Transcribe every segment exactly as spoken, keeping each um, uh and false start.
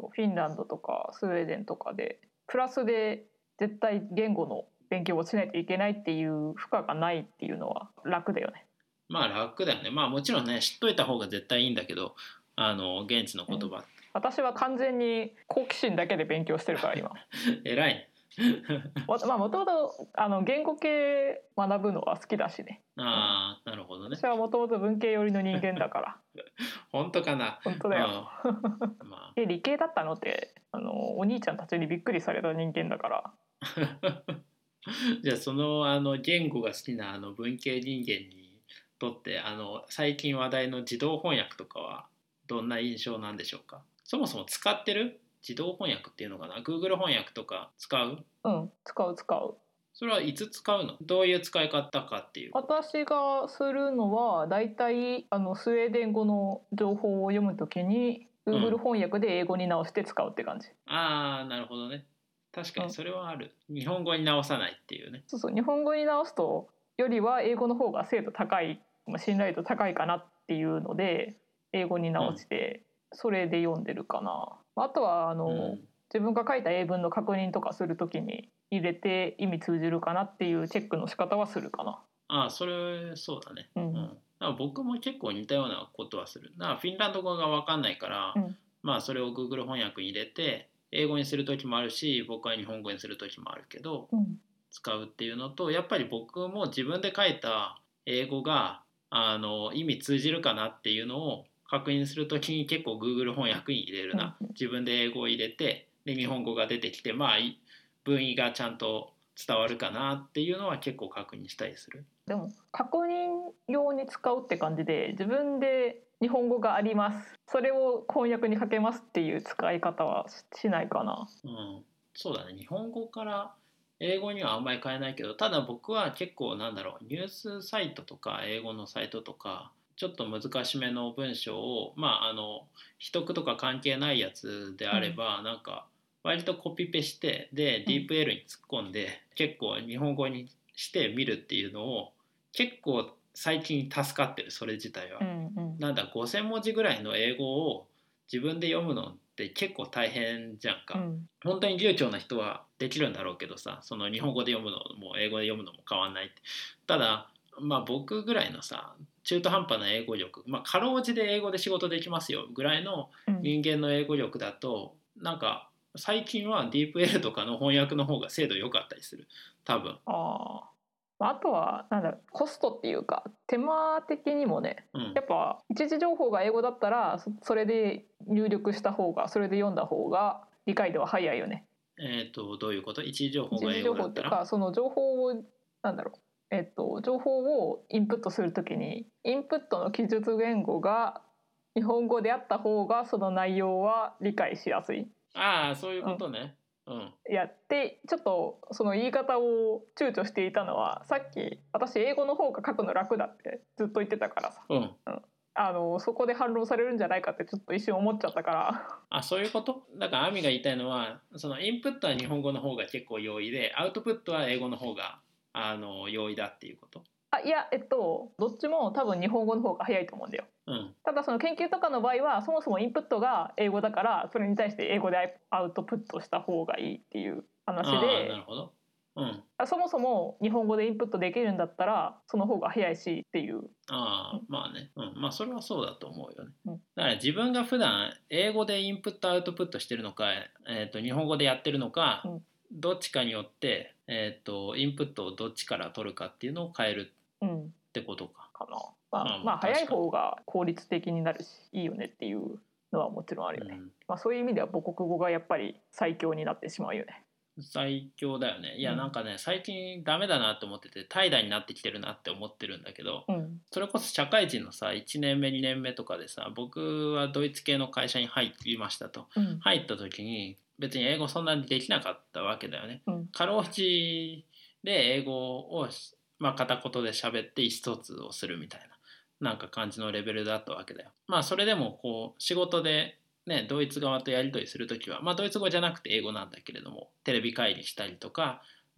フィンランドとかスウェーデンとかでプラスで絶対言語の勉強をしないといけないっていう負荷がないっていうのは楽だよね。 まあ楽だよね。まあもちろんね知っといた方が絶対いいんだけど、あの現地の言葉、うん、 私は完全に好奇心だけで勉強してるから今偉いねまあもともと言語系学ぶのは好きだしね。 ああ、なるほどね。 私はもともと文系寄りの人間だから本当かな。 本当だよ、うんまあ、え理系だったのってあのお兄ちゃんたちにびっくりされた人間だからじゃあその、あの言語が好きなあの文系人間にとってあの最近話題の自動翻訳とかはどんな印象なんでしょうか。そもそも使ってる自動翻訳っていうのかな、 Google 翻訳とか使う？ うん使う使う。 それはいつ使うの？どういう使い方かっていう。 私がするのはだいたいあのスウェーデン語の情報を読むときに Google 翻訳で英語に直して使うって感じ、うん、 ああなるほどね。確かにそれはある、うん、日本語に直さないっていうね。 そうそう日本語に直すとよりは英語の方が精度高い信頼度高いかなっていうので英語に直してそれで読んでるかな、うん、あとはあの、うん、自分が書いた英文の確認とかするときに入れて意味通じるかなっていうチェックの仕方はするかな。 ああそれそうだね、うんうん、だから僕も結構似たようなことはする。だからフィンランド語が分かんないから、うん、まあそれを Google 翻訳に入れて英語にする時もあるし僕は日本語にする時もあるけど、うん、使うっていうのとやっぱり僕も自分で書いた英語があの意味通じるかなっていうのを確認する時に結構 Google 翻訳に入れるな、うん、自分で英語を入れてで日本語が出てきてまあ文意がちゃんと伝わるかなっていうのは結構確認したりする。 でも確認用に使うって感じで自分で日本語がありますそれを翻訳にかけますっていう使い方はしないかな。 うん、そうだね。日本語から英語にはあんまり変えないけどただ僕は結構なんだろうニュースサイトとか英語のサイトとかちょっと難しめの文章をまああの秘匿とか関係ないやつであれば、うん、なんか割とコピペしてでディープ L に突っ込んで、うん、結構日本語にして見るっていうのを結構最近助かってる。それ自体は、うんうん、なんだごせん文字ぐらいの英語を自分で読むのって結構大変じゃんか、うん、本当に流暢な人はできるんだろうけどさその日本語で読むのも英語で読むのも変わんないって。ただまあ僕ぐらいのさ中途半端な英語力まあかろうじて英語で仕事できますよぐらいの人間の英語力だと、うん、なんか最近は ディープ L とかの翻訳の方が精度良かったりする多分。 ああとはなんだろうコストっていうか手間的にもね、うん、やっぱ一時情報が英語だったら そ, それで入力した方がそれで読んだ方が理解度は早いよね。 えっとどういうこと？一時情報が英語だったら？一時情報っていうかその情報をなんだろうえっと情報をインプットするときにインプットの記述言語が日本語であった方がその内容は理解しやすい。 ああそういうことね、うん、 やってちょっとその言い方を躊躇していたのはさっき私英語の方が書くの楽だってずっと言ってたからさ、うんうん、あのそこで反論されるんじゃないかってちょっと一瞬思っちゃったからあそういうこと。だから亜美が言いたいのはそのインプットは日本語の方が結構容易でアウトプットは英語の方があの容易だっていうこと？ あいやえっとどっちも多分日本語の方が早いと思うんだよ、うん、ただその研究とかの場合はそもそもインプットが英語だからそれに対して英語でアウトプットした方がいいっていう話で。 なるほど、うん、 そもそも日本語でインプットできるんだったらその方が早いしっていう。 ああ、うん、まあね、うん、まあそれはそうだと思うよね、うん、だから自分が普段英語でインプットアウトプットしてるのか、えーと、日本語でやってるのか、うん、どっちかによって、えーと、インプットをどっちから取るかっていうのを変えるってことか、 うん、かな。まあ、まあ、まあ早い方が効率的になるしいいよねっていうのはもちろんあるよね、うん、まあ、そういう意味では母国語がやっぱり最強になってしまうよね。 最強だよね。いやなんかね、うん、最近ダメだなと思ってて怠惰になってきてるなって思ってるんだけど、うん、それこそ社会人のさいちねんめにねんめとかでさ僕はドイツ系の会社に入りましたと、うん、入った時に別に英語そんなにできなかったわけだよね、うん、かろうじで英語を、まあ、片言で喋って意思疎通をするみたいななんか感じのレベルだったわけだよ。まあそれでもこう仕事でね、ドイツ側とやり取りするときは、まあ、ドイツ語じゃなくて英語なんだけれどもテレビ会議したりとか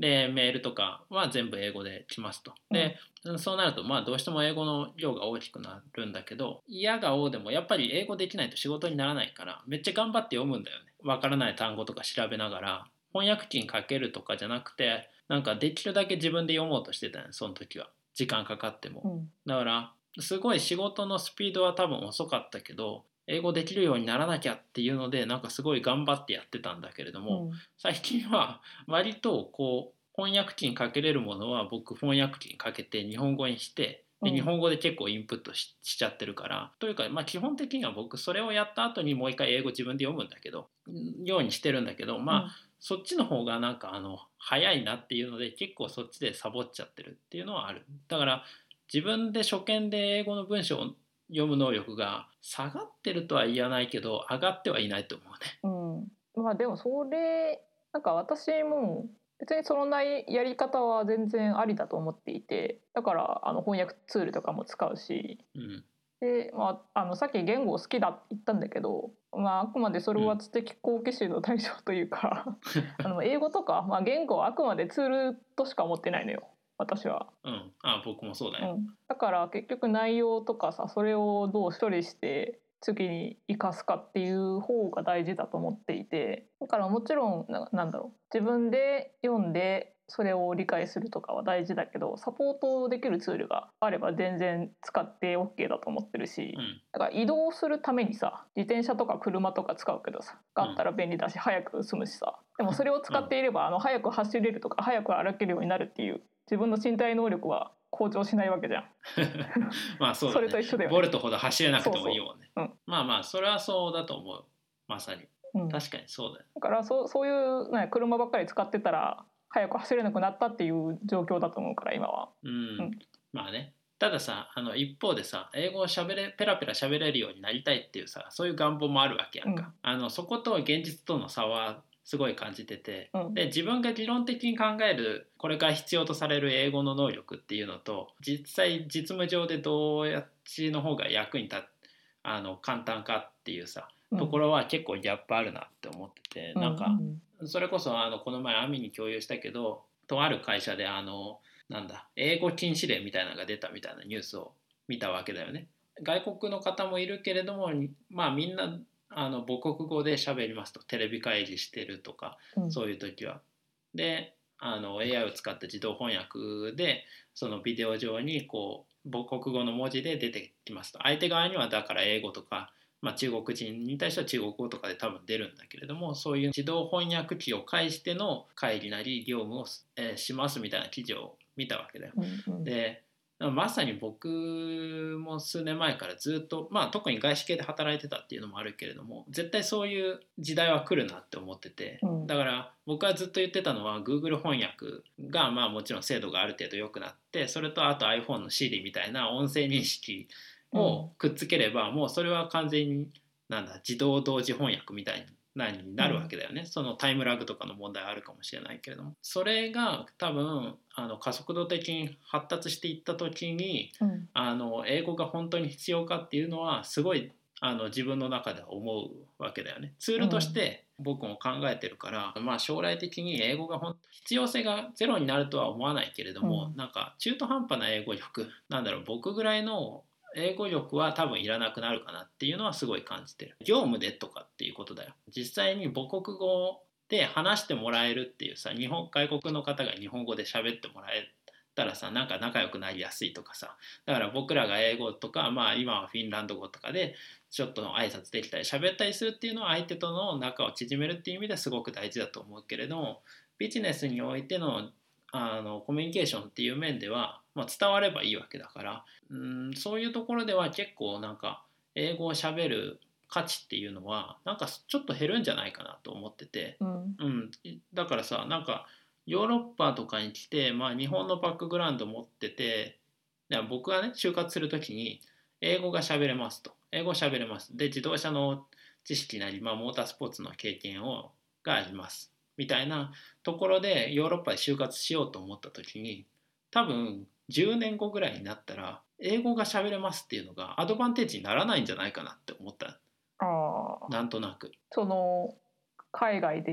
でメールとかは全部英語で来ますと。で、うん、そうなるとまあどうしても英語の量が大きくなるんだけど、嫌が応でもやっぱり英語できないと仕事にならないからめっちゃ頑張って読むんだよね。わからない単語とか調べながら、翻訳機にかけるとかじゃなくて、なんかできるだけ自分で読もうとしてたよね、その時は。時間かかっても、 うん、 だからすごい仕事のスピードは多分遅かったけど、英語できるようにならなきゃっていうのでなんかすごい頑張ってやってたんだけれども、 うん、 最近は割とこう翻訳機にかけれるものは僕翻訳機にかけて日本語にして、で日本語で結構インプット し, しちゃってるから、というか、まあ、基本的には僕それをやった後にもう一回英語自分で読むんだけどようにしてるんだけど、まあ、うん、そっちの方がなんかあの早いなっていうので結構そっちでサボっちゃってるっていうのはある。だから自分で初見で英語の文章を読む能力が下がってるとは言わないけど上がってはいないと思うね。うん、まあでもそれなんか私も別にそのないやり方は全然ありだと思っていて、だからあの翻訳ツールとかも使うし、 うん、 で、まあ、あのさっき言語好きだって言ったんだけど、まあ、あくまでそれは知的好奇心の対象というか、うん、あの英語とか、まあ、言語はあくまでツールとしか思ってないのよ私は。 うん、あ僕もそうだよ、 うん、だから結局内容とかさ、それをどう処理して次に生かすかっていう方が大事だと思っていて、だからもちろん な, なんだろう自分で読んでそれを理解するとかは大事だけど、サポートできるツールがあれば全然使って OK だと思ってるし、 うん、 だから移動するためにさ自転車とか車とか使うけどさ、があったら便利だし早く済むしさ、でもそれを使っていれば、うん、あの早く走れるとか早く歩けるようになるっていう自分の身体能力は向上しないわけじゃんまあそうだね、 それと一緒だよね。 ボルトほど走れなくてもいいもんね。 そうそう、うん、 まあまあそれはそうだと思う、まさに、うん、確かにそうだよ。 だからそ う, そういう、ね、車ばっかり使ってたら早く走れなくなったっていう状況だと思うから今は。 うん、うん、まあね、たださ、あの一方でさ、英語をしゃべれペラペラ喋れるようになりたいっていうさ、そういう願望もあるわけやんか、うん、あのそこと現実との差はすごい感じてて、うん、で自分が理論的に考えるこれから必要とされる英語の能力っていうのと実際実務上でどうやっちの方が役に立つあの簡単かっていうさ、うん、ところは結構ギャップあるなって思ってて、うん、なんかそれこそあのこの前アミに共有したけど、とある会社であのなんだ英語禁止令みたいなのが出たみたいなニュースを見たわけだよね。外国の方もいるけれども、まあみんなあの母国語で喋りますと、テレビ会議してるとか、うん、そういう時は。であの エーアイ を使った自動翻訳でそのビデオ上にこう母国語の文字で出てきますと、相手側にはだから英語とか、まあ、中国人に対しては中国語とかで多分出るんだけれども、そういう自動翻訳機を介しての会議なり業務を、えー、しますみたいな記事を見たわけだよ。うんうん、でまさに僕も数年前からずっと、まあ、特に外資系で働いてたっていうのもあるけれども、絶対そういう時代は来るなって思ってて、うん、だから僕はずっと言ってたのは Google 翻訳がまあもちろん精度がある程度良くなって、それとあと iPhone の Siri みたいな音声認識をくっつければ、もうそれは完全になんだ自動同時翻訳みたいにになるわけだよね、うん、そのタイムラグとかの問題あるかもしれないけれども、それが多分あの加速度的に発達していった時に、うん、あの英語が本当に必要かっていうのはすごいあの自分の中では思うわけだよね。ツールとして僕も考えてるから、うん、まあ将来的に英語がほん必要性がゼロになるとは思わないけれども、うん、なんか中途半端な英語力なんだろう、僕ぐらいの英語力は多分いらなくなるかなっていうのはすごい感じてる。業務でとかっていうことだよ。実際に母国語で話してもらえるっていうさ、日本外国の方が日本語で喋ってもらえたらさ、なんか仲良くなりやすいとかさ、だから僕らが英語とか、まあ今はフィンランド語とかでちょっとの挨拶できたり喋ったりするっていうのは相手との仲を縮めるっていう意味ではすごく大事だと思うけれども、ビジネスにおいてのあのコミュニケーションっていう面では、まあ、伝わればいいわけだから、うん、そういうところでは結構なんか英語をしゃべる価値っていうのはなんかちょっと減るんじゃないかなと思ってて、うんうん、だからさ、なんかヨーロッパとかに来て、まあ、日本のバックグラウンド持ってて、僕はね就活する時に英語がしゃべれますと、英語しゃべれますで自動車の知識なり、まあ、モータースポーツの経験をがありますみたいなところでヨーロッパで就活しようと思った時に、多分じゅうねんごぐらいになったら英語が喋れますっていうのがアドバンテージにならないんじゃないかなって思った。 あ、 なんとなくその海外で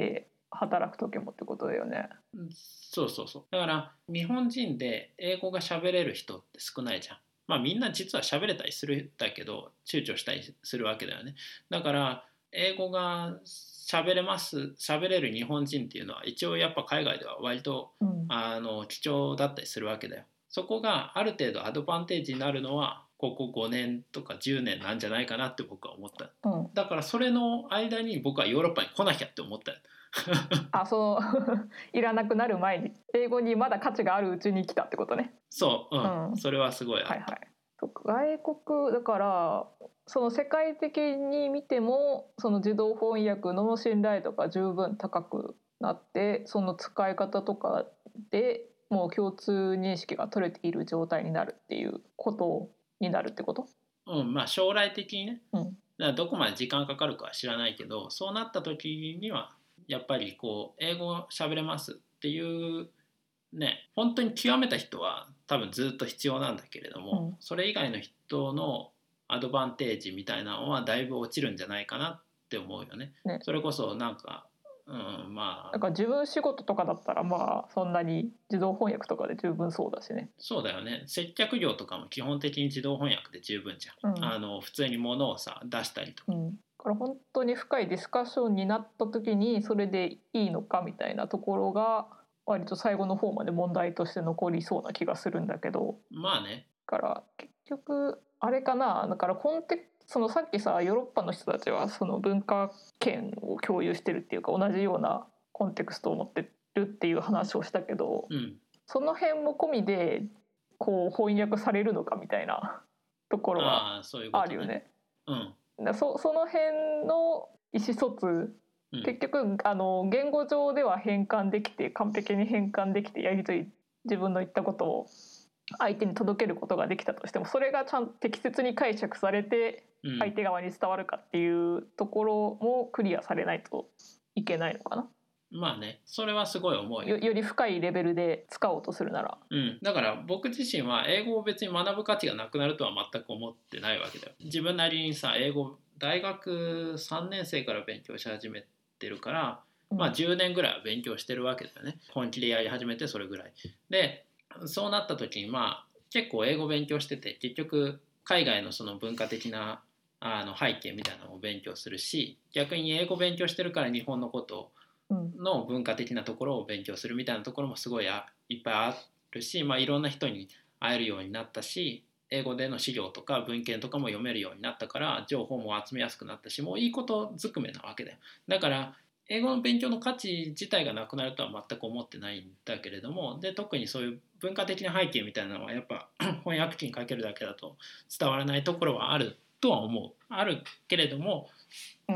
働く時もってことだよね。 そうそうそう。だから日本人で英語が喋れる人って少ないじゃん。まあみんな実は喋れたりするんだけど躊躇したりするわけだよね。だから英語が喋れます喋れる日本人っていうのは一応やっぱ海外では割と、 うん、 あの貴重だったりするわけだよ。そこがある程度アドバンテージになるのはここごねんとかじゅうねんなんじゃないかなって僕は思った。 うん、 だからそれの間に僕はヨーロッパに来なきゃって思ったよ。 あ、そのいらなくなる前に英語にまだ価値があるうちに来たってことね。 そう、うん、 うん、 それはすごいあった。 はいはい。外国だからその世界的に見てもその自動翻訳の信頼度が十分高くなってその使い方とかでもう共通認識が取れている状態になるっていうことになるってこと。 うん、まあ将来的にね、 うん、 だからどこまで時間かかるかは知らないけど、そうなった時にはやっぱりこう英語喋れますっていうね、本当に極めた人は多分ずっと必要なんだけれども、 うん、 それ以外の人のアドバンテージみたいなのはだいぶ落ちるんじゃないかなって思うよね。 ね、 それこそなんか、うん、まあだから自分仕事とかだったらまあそんなに自動翻訳とかで十分そうだしね。 そうだよね。接客業とかも基本的に自動翻訳で十分じゃん。 うん、 あの普通に物をさ出したりとか。 うん、だから本当に深いディスカッションになった時にそれでいいのかみたいなところが割と最後の方まで問題として残りそうな気がするんだけど。 まあね。 だから結局あれかな、だからコンテそのさっきさヨーロッパの人たちはその文化圏を共有してるっていうか同じようなコンテクストを持ってるっていう話をしたけど、 うん、 その辺も込みでこう翻訳されるのかみたいなところはあるよね。 うん、 だそその辺の意思疎通、うん、結局あの言語上では変換できて完璧に変換できてやり取り自分の言ったことを相手に届けることができたとしてもそれがちゃんと適切に解釈されて相手側に伝わるかっていうところもクリアされないといけないのかな。 まあね、それはすごい思う よ, よ, より深いレベルで使おうとするなら、 うん、だから僕自身は英語を別に学ぶ価値がなくなるとは全く思ってないわけだよ。自分なりにさ英語大学さんねん生から勉強し始めてるから、うん、まあじゅうねんぐらいは勉強してるわけだよね。本気でやり始めてそれぐらいで、そうなった時にまあ結構英語勉強してて結局海外のその文化的なあの背景みたいなのを勉強するし、逆に英語勉強してるから日本のことの文化的なところを勉強するみたいなところもすごいあいっぱいあるし、まあ、いろんな人に会えるようになったし英語での資料とか文献とかも読めるようになったから情報も集めやすくなったし、もういいことずくめなわけだよ。だから英語の勉強の価値自体がなくなるとは全く思ってないんだけれども、で特にそういう文化的な背景みたいなのはやっぱ翻訳機にかけるだけだと伝わらないところはあるとは思う。あるけれども、うん、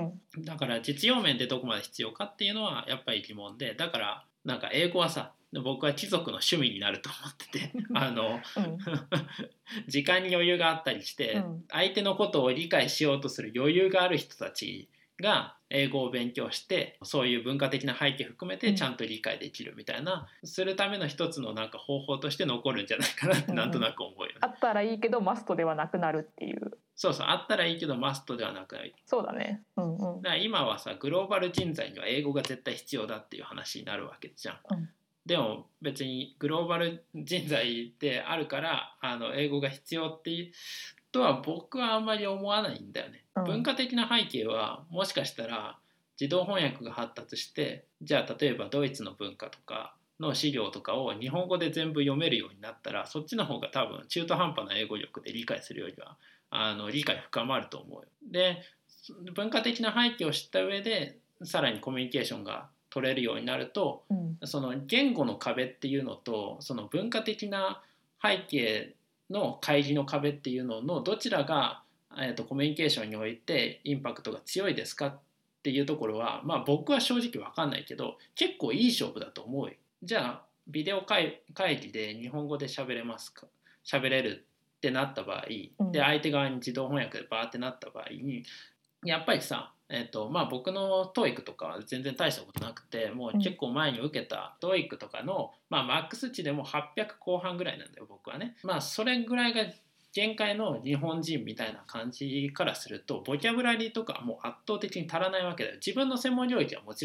だから実用面でどこまで必要かっていうのはやっぱり疑問で、だからなんか英語はさ僕は貴族の趣味になると思っててあの、うん、時間に余裕があったりして、うん、相手のことを理解しようとする余裕がある人たちが英語を勉強してそういう文化的な背景含めてちゃんと理解できるみたいな、うん、するための一つのなんか方法として残るんじゃないかなってなんとなく思うよね、 うん、あったらいいけどマストではなくなるっていう。 そうそう、あったらいいけどマストではなくなる。 そうだね、うんうん、 だから今はさグローバル人材には英語が絶対必要だっていう話になるわけじゃん、うん、でも別にグローバル人材であるからあの英語が必要っていうとは僕はあんまり思わないんだよね、うん、文化的な背景はもしかしたら自動翻訳が発達してじゃあ例えばドイツの文化とかの資料とかを日本語で全部読めるようになったらそっちの方が多分中途半端な英語力で理解するよりはあの理解深まると思うよ。で文化的な背景を知った上でさらにコミュニケーションが取れるようになると、うん、その言語の壁っていうのとその文化的な背景の開示の壁っていうののどちらが、えーと、コミュニケーションにおいてインパクトが強いですかっていうところは、まあ、僕は正直分かんないけど結構いい勝負だと思うよ。じゃあビデオ会議で日本語で喋れますか喋れるってなった場合、うん、で相手側に自動翻訳でバーってなった場合にやっぱりさ、えーとまあ、僕の トーイック とかは全然大したことなくてもう結構前に受けた トーイック とかの、まあ、マックス値でもはっぴゃくこう半ぐらいなんだよ僕はね。まあそれぐらいが限界の日本人みたいな感じからするとボキャブラリーとかもう圧倒的に足らないわけだよ。自分の専門領域はもちろん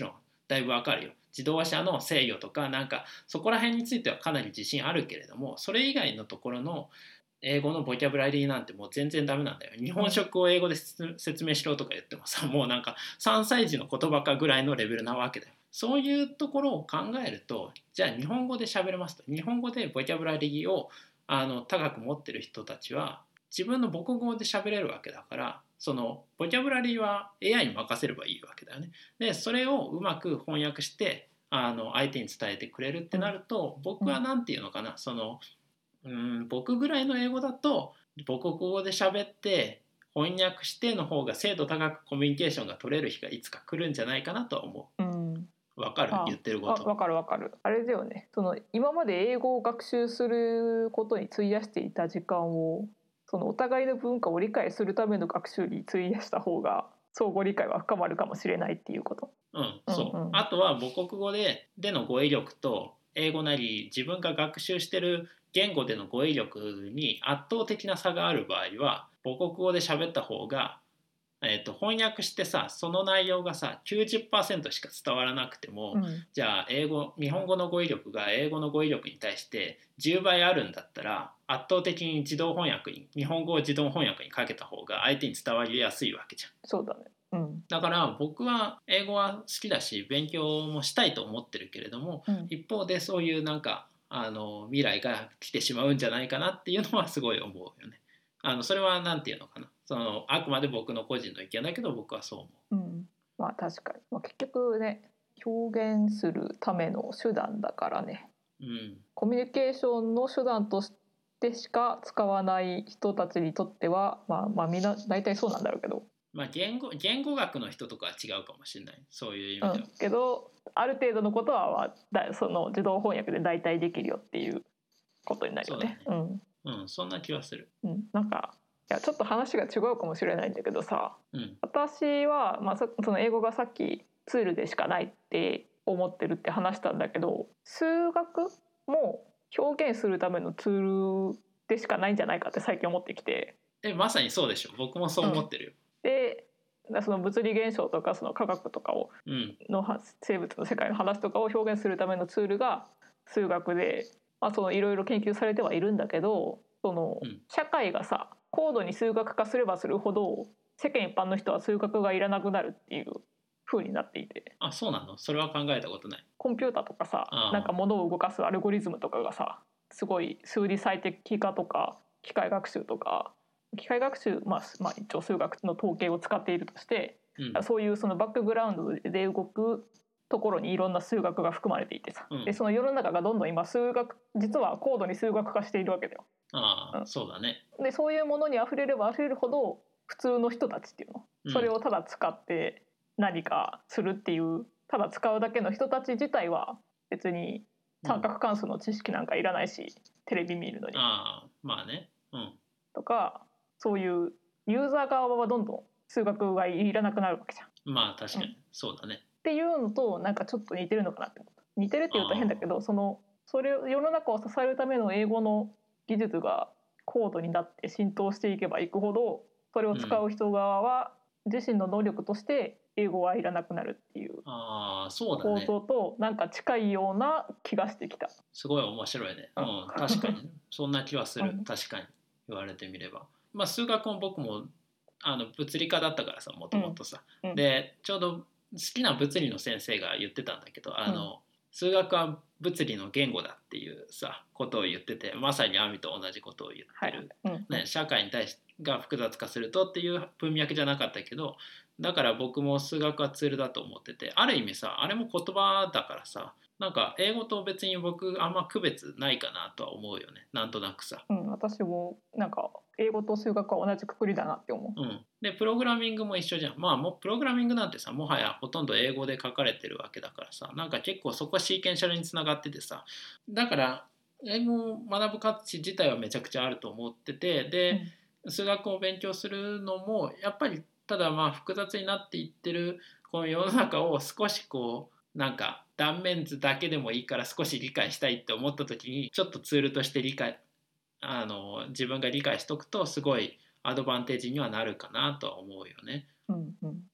だいぶわかるよ。自動車の制御とかなんかそこら辺についてはかなり自信あるけれども、それ以外のところの英語のボキャブラリーなんてもう全然ダメなんだよ。日本食を英語で説明しろとか言ってもさ、もうなんかさんさい児の言葉かぐらいのレベルなわけだよ。そういうところを考えると、じゃあ日本語で喋れますと、日本語でボキャブラリーをあの高く持ってる人たちは自分の母国語で喋れるわけだから、そのボキャブラリーは エーアイ に任せればいいわけだよね。でそれをうまく翻訳してあの相手に伝えてくれるってなると、僕は何て言うのかな、そのうん僕ぐらいの英語だと母国語で喋って翻訳しての方が精度高くコミュニケーションが取れる日がいつか来るんじゃないかなとは思う。わ、うん、かる言ってること。 わかるわかる。あれだよね、その今まで英語を学習することに費やしていた時間をそのお互いの文化を理解するための学習に費やした方が相互理解は深まるかもしれないっていうこと。 うん、そう、うんうん、あとは母国語ででの語彙力と英語なり自分が学習してる言語での語彙力に圧倒的な差がある場合は母国語で喋った方が、えー、と翻訳してさ、その内容がさ きゅうじゅっパーセント しか伝わらなくても、うん、じゃあ英語日本語の語彙力が英語の語彙力に対してじゅうばいあるんだったら、圧倒的に自動翻訳に日本語を自動翻訳にかけた方が相手に伝わりやすいわけじゃん。 そうだね、うん、 だから僕は英語は好きだし勉強もしたいと思ってるけれども、うん、一方でそういうなんかあの未来が来てしまうんじゃないかなっていうのはすごい思うよね。あのそれはなんていうのかな、そのあくまで僕の個人の意見だけど僕はそう思う。 うん、まあ確かに、まあ、結局ね表現するための手段だからね、うん、コミュニケーションの手段としてしか使わない人たちにとってはまあまあみんな大体そうなんだろうけど、 まあ、言語、言語学の人とかは違うかもしれない、そういう意味では、うん、 けどある程度のことはだその自動翻訳で大体できるよっていうことになるよね。 そうだね、うん、うん、そんな気はする、 うん、なんかいやちょっと話が違うかもしれないんだけどさ、うん、私は、まあ、その英語がさっきツールでしかないって思ってるって話したんだけど、数学も表現するためのツールでしかないんじゃないかって最近思ってきて。 えまさにそうでしょ、僕もそう思ってるよ、 うん、でその物理現象とかその科学とかを、うん、の生物の世界の話とかを表現するためのツールが数学で、まあ、そのいろいろ研究されてはいるんだけど、その社会がさ高度に数学化すればするほど世間一般の人は数学がいらなくなるっていう風になっていて。 あ、そうなの？それは考えたことない。 コンピューターとかさ、なんか物を動かすアルゴリズムとかがさすごい数理最適化とか機械学習とか機械学習、まあ、まあ一応数学の統計を使っているとして、うん、そういうそのバックグラウンドで動くところにいろんな数学が含まれていてさ、うん、でその世の中がどんどん今数学実は高度に数学化しているわけだよ。 ああ、うん、そうだね。 でそういうものにあふれればあふれるほど普通の人たちっていうの、うん、それをただ使って何かするっていうただ使うだけの人たち自体は別に三角関数の知識なんかいらないし、うん、テレビ見るのに。 ああ、まあね、うん、 とかそういうユーザー側はどんどん数学がいらなくなるわけじゃん。 まあ確かに、うん、そうだね。 っていうのとなんかちょっと似てるのかなって思った。似てるって言うと変だけど、そのそれを世の中を支えるための英語の技術が高度になって浸透していけばいくほどそれを使う人側は自身の能力として英語はいらなくなるっていう構造となんか近いような気がしてきた。 すごい面白いね、うん、確かにそんな気はする、うん、確かに言われてみれば。まあ数学も僕もあの物理科だったからさ、もともとさ、うん、でちょうど好きな物理の先生が言ってたんだけど、あの、うん、数学は物理の言語だっていうさことを言ってて、まさにアミと同じことを言ってる、はい、うん、ね、社会に対してが複雑化するとっていう文脈じゃなかったけど、だから僕も数学はツールだと思ってて、ある意味さあれも言葉だからさ、なんか英語と別に僕あんま区別ないかなとは思うよね、なんとなくさ、 うん、私もなんか英語と数学は同じくくりだなって思う、 うん、でプログラミングも一緒じゃん。まあもうプログラミングなんてさもはやほとんど英語で書かれてるわけだからさ、なんか結構そこはシーケンシャルにつながっててさ、だから英語を学ぶ価値自体はめちゃくちゃあると思ってて、で、うん、数学を勉強するのもやっぱりただまあ複雑になっていってるこの世の中を少しこうなんか断面図だけでもいいから少し理解したいって思った時にちょっとツールとして理解あの自分が理解しとくとすごいアドバンテージにはなるかなとは思うよね。 うんうん、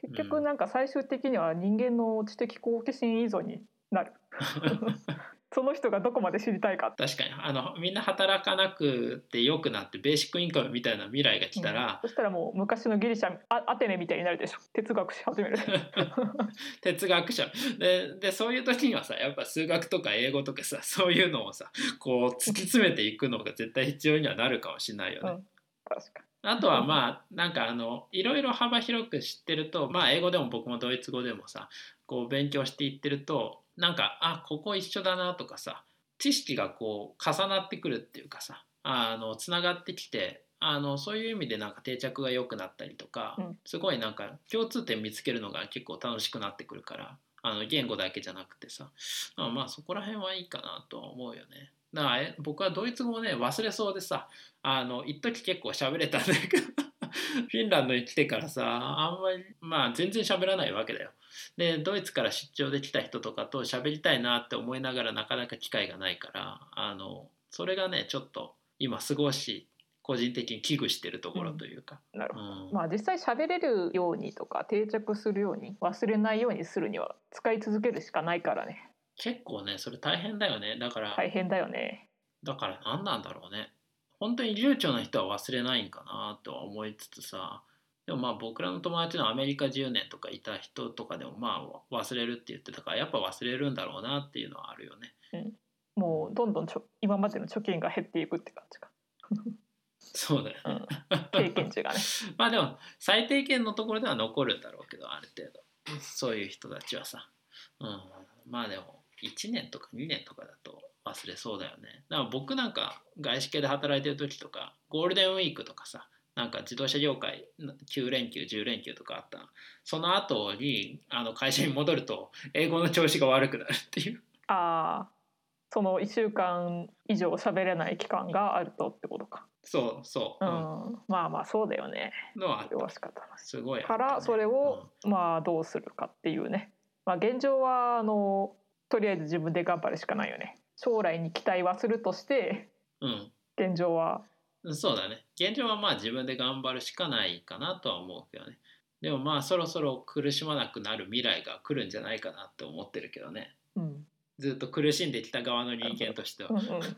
結局なんか最終的には人間の知的好奇心依存になるその人がどこまで知りたいか。 確かにあのみんな働かなくてよくなってベーシックインカムみたいな未来が来たら、 うん、そしたらもう昔のギリシャアアテネみたいになるでしょ。哲学し始める哲学者ででそういう時にはさやっぱ数学とか英語とかさそういうのをさこう突き詰めていくのが絶対必要にはなるかもしれないよね、うん、 確かに。 あとはまあなんかあのいろいろ幅広く知ってると、まあ英語でも僕もドイツ語でもさこう勉強していってるとなんかあここ一緒だなとかさ知識がこう重なってくるっていうかさあのつながってきてあのそういう意味でなんか定着が良くなったりとか、うん、すごいなんか共通点見つけるのが結構楽しくなってくるからあの言語だけじゃなくてさあまあそこら辺はいいかなとは思うよね。だからえ僕はドイツ語をね忘れそうでさあの一時結構喋れたんだけどフィンランドに来てからさあんまりまあ全然喋らないわけだよ。でドイツから出張で来た人とかと喋りたいなって思いながらなかなか機会がないからあのそれがねちょっと今少し個人的に危惧してるところというか、 うん、なるほど、うん、まあ実際喋れるようにとか定着するように忘れないようにするには使い続けるしかないからね。 結構ねそれ大変だよね。だから大変だよね。 だから何なんだろうね。本当に流暢な人は忘れないんかなとは思いつつさでもまあ僕らの友達のアメリカじゅうねんとかいた人とかでもまあ忘れるって言ってたからやっぱ忘れるんだろうなっていうのはあるよね、 うん、もうどんどんちょ今までの貯金が減っていくって感じかそうだよね、 うん、経験値がねまあでも最低限のところでは残るんだろうけどある程度そういう人たちはさ、うん、まあでもいちねんとかにねんとかだと忘れそうだよね。だから僕なんか外資系で働いてる時とかゴールデンウィークとかさなんか自動車業界きゅう連休じゅう連休とかあったその後にあの会社に戻ると英語の調子が悪くなるっていうああそのいっしゅうかん以上喋れない期間があるとってことか。 そうそう、うんうん、まあまあそうだよね。 のはあった弱しかったなすごい、ね、 からそれを、うん、まあどうするかっていうね、まあ、現状はあのとりあえず自分で頑張るしかないよね。将来に期待はするとして、うん、現状はそうだね現状はまあ自分で頑張るしかないかなとは思うけどね。でもまあそろそろ苦しまなくなる未来が来るんじゃないかなって思ってるけどね、うん、ずっと苦しんできた側の人間としては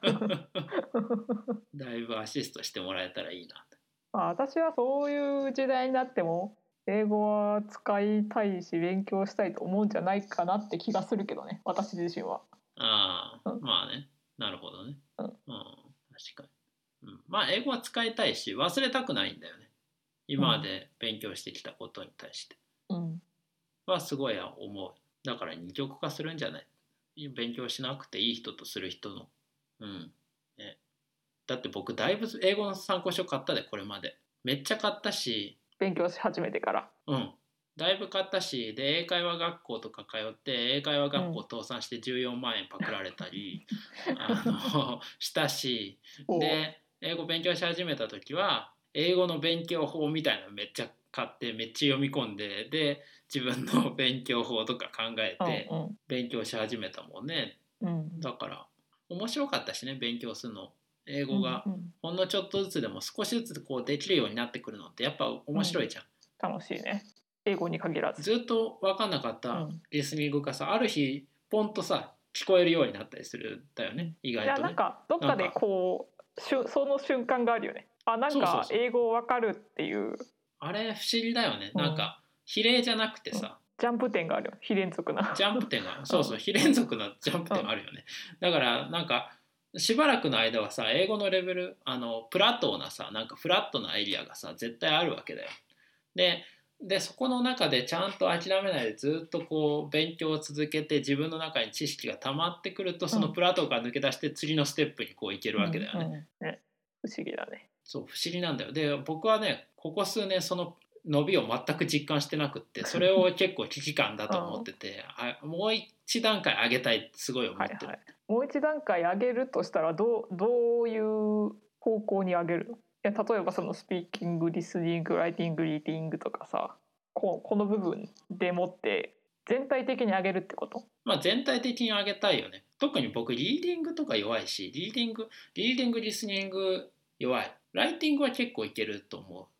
だいぶアシストしてもらえたらいいなと。 まあ、私はそういう時代になっても英語は使いたいし勉強したいと思うんじゃないかなって気がするけどね私自身は。 ああ、うん、まあねなるほどね、うんうん、確かに、うん、まあ英語は使いたいし忘れたくないんだよね今まで勉強してきたことに対して、うん、はすごい思う。だから二極化するんじゃない勉強しなくていい人とする人の、うんね、だって僕だいぶ英語の参考書買ったでこれまでめっちゃ買ったし勉強し始めてからうんだいぶ買ったしで英会話学校とか通って英会話学校倒産してじゅうよんまん円パクられたり、うん、あのしたしで英語勉強し始めた時は英語の勉強法みたいなのめっちゃ買ってめっちゃ読み込んでで自分の勉強法とか考えて勉強し始めたもんね、うんうん、だから面白かったしね勉強するの英語がほんのちょっとずつでも少しずつこうできるようになってくるのってやっぱ面白いじゃん、 うん、楽しいね英語に限らずずっと分かんなかったリスニングがさ、うん、ある日ポンとさ聞こえるようになったりするんだよね意外とね。 いやなんかどっかでこうしゅその瞬間があるよね。あなんか英語分かるっていう。 そうそうそうあれ不思議だよね、うん、なんか比例じゃなくてさ、 うん、ジャンプ点があるよ非連続なジャンプ点がそうそう非連続なジャンプ点があるよね、うん、だからなんかしばらくの間はさ英語のレベルあのプラトーなさなんかフラットなエリアがさ絶対あるわけだよ。ででそこの中でちゃんと諦めないでずっとこう勉強を続けて自分の中に知識が溜まってくるとそのプラトーから抜け出して次のステップにこういけるわけだよね、うんうんね不思議だね。 そう不思議なんだよ。で僕はねここ数年その伸びを全く実感してなくってそれを結構危機感だと思っててあもう一段階上げたいってすごい思ってる、はいはい、 もう一段階上げるとしたらどう、どういう方向に上げるの？いや例えばそのスピーキングリスニングライティングリーディングとかさ こ, この部分でもって全体的に上げるってこと？ まあ全体的に上げたいよね。特に僕リーディングとか弱いしリーディングリーディングリスニング弱い。ライティングは結構いけると思う。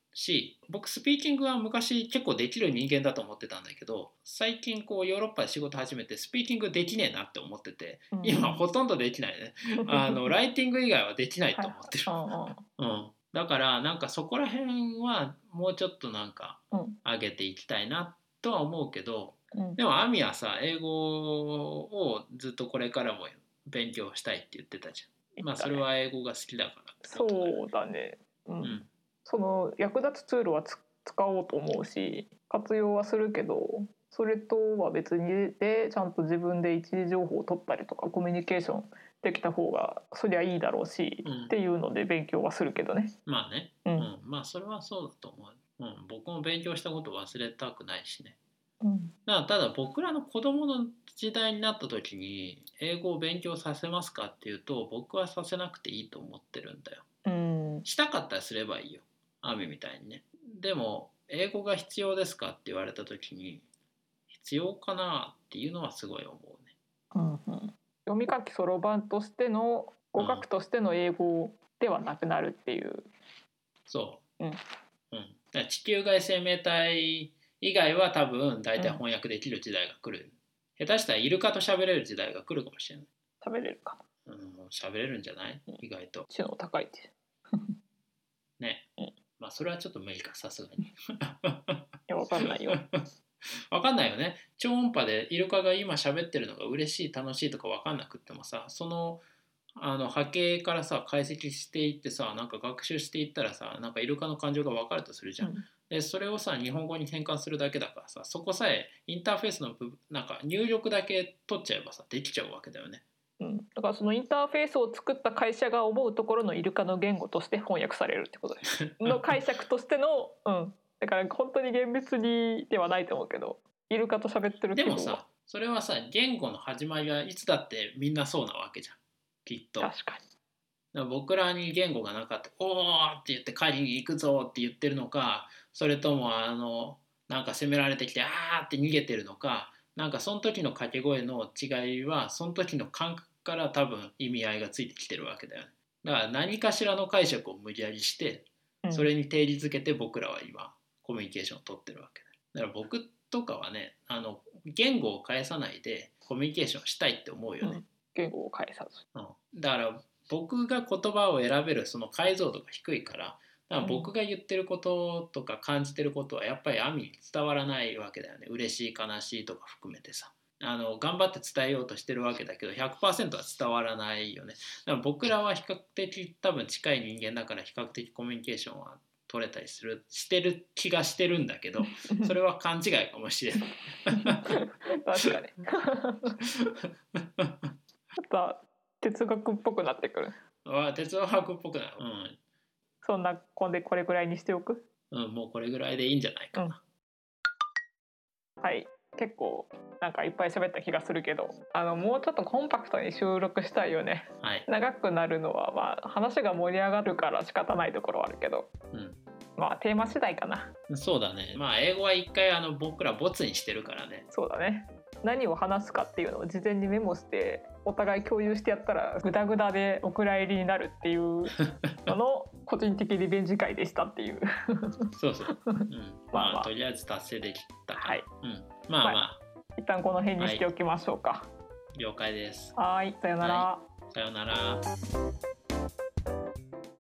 し、僕スピーキングは昔結構できる人間だと思ってたんだけど、最近こうヨーロッパで仕事始めてスピーキングできねえなって思ってて、 うん今ほとんどできないね。あのライティング以外はできないと思ってる、 はいうん、だからなんかそこら辺はもうちょっとなんかうん上げていきたいなとは思うけど、 うんでもアミはさ英語をずっとこれからも勉強したいって言ってたじゃん。まあそれは英語が好きだからってことだよね。 そうだね、うんうんその役立つツールはつ使おうと思うし活用はするけど、それとは別にでちゃんと自分で一時情報を取ったりとかコミュニケーションできた方がそりゃいいだろうし、 うんっていうので勉強はするけどね。 まあね、 ううんん、まあそれはそうだと思う、うん、僕も勉強したこと忘れたくないしね。 うんだからただ僕らの子供の時代になった時に英語を勉強させますかっていうと、僕はさせなくていいと思ってるんだよ。 うんしたかったらすればいいよ、アミみたいにね。でも英語が必要ですかって言われた時に必要かなっていうのはすごい思うね。 うんうん読み書きそろばんとしての語学としての英語ではなくなるっていう、 そう、 うんうん、だから地球外生命体以外は多分大体翻訳できる時代が来る、うん、下手したらイルカと喋れる時代が来るかもしれない。 食べれるかうん、喋れるんじゃない、 うん、 意外と知能高いってね、 うん、 まあそれはちょっと無理か、さすがにいやわかんないよわかんないよね。超音波でイルカが今喋ってるのが嬉しい楽しいとかわかんなくってもさ、そのあの波形からさ解析していってさ、なんか学習していったらさ、なんかイルカの感情が分かるとするじゃん、うん、でそれをさ日本語に変換するだけだからさ、そこさえインターフェースの部分なんか入力だけ取っちゃえばさできちゃうわけだよね。 うん、だからそのインターフェースを作った会社が思うところのイルカの言語として翻訳されるってことですの解釈としての、うん、だから本当に厳密にではないと思うけど、イルカと喋ってるけど。 でもさそれはさ言語の始まりはいつだってみんなそうなわけじゃん、きっと。 確かに。 だから僕らに言語がなかったおーって言って狩りに行くぞって言ってるのか、それともあのなんか攻められてきてあーって逃げてるのか、なんかその時の掛け声の違いはその時の感覚から多分意味合いがついてきてるわけだよね。だから何かしらの解釈を無理やりしてそれに定義づけて僕らは今コミュニケーションを取ってるわけだ。だから僕とかはね、あの言語を返さないでコミュニケーションしたいって思うよね、うん、 言語を返さず、 うん、だから僕が言葉を選べるその解像度が低いから、だから僕が言ってることとか感じてることはやっぱりアミに伝わらないわけだよね。嬉しい悲しいとか含めてさ、あの頑張って伝えようとしてるわけだけど ひゃくパーセント は伝わらないよね。だから僕らは比較的多分近い人間だから比較的コミュニケーションは取れたりするしてる気がしてるんだけど、それは勘違いかもしれない確かにやっぱ哲学っぽくなってくる。 あ、哲学っぽくなる、うん、 そんなこんでこれぐらいにしておく、 うん、もうこれぐらいでいいんじゃないかな、 うん、はい、結構なんかいっぱい喋った気がするけど、あのもうちょっとコンパクトに収録したいよね、 はい、 長くなるのはまあ話が盛り上がるから仕方ないところはあるけど、うん、まあテーマ次第かな。 そうだね、まあ英語は一回あの僕らボツにしてるからね。 そうだね、何を話すかっていうのを事前にメモしてお互い共有してやったらグダグダでお蔵入りになるっていうのの個人的リベンジ会でしたっていうそうそう、うん、まあ、まあ、とりあえず達成できたから、はい、うん、まあまあ、まあ、 一旦この辺にしておきましょうか。 はい、了解です。 はい、さよなら、はい、さよなら。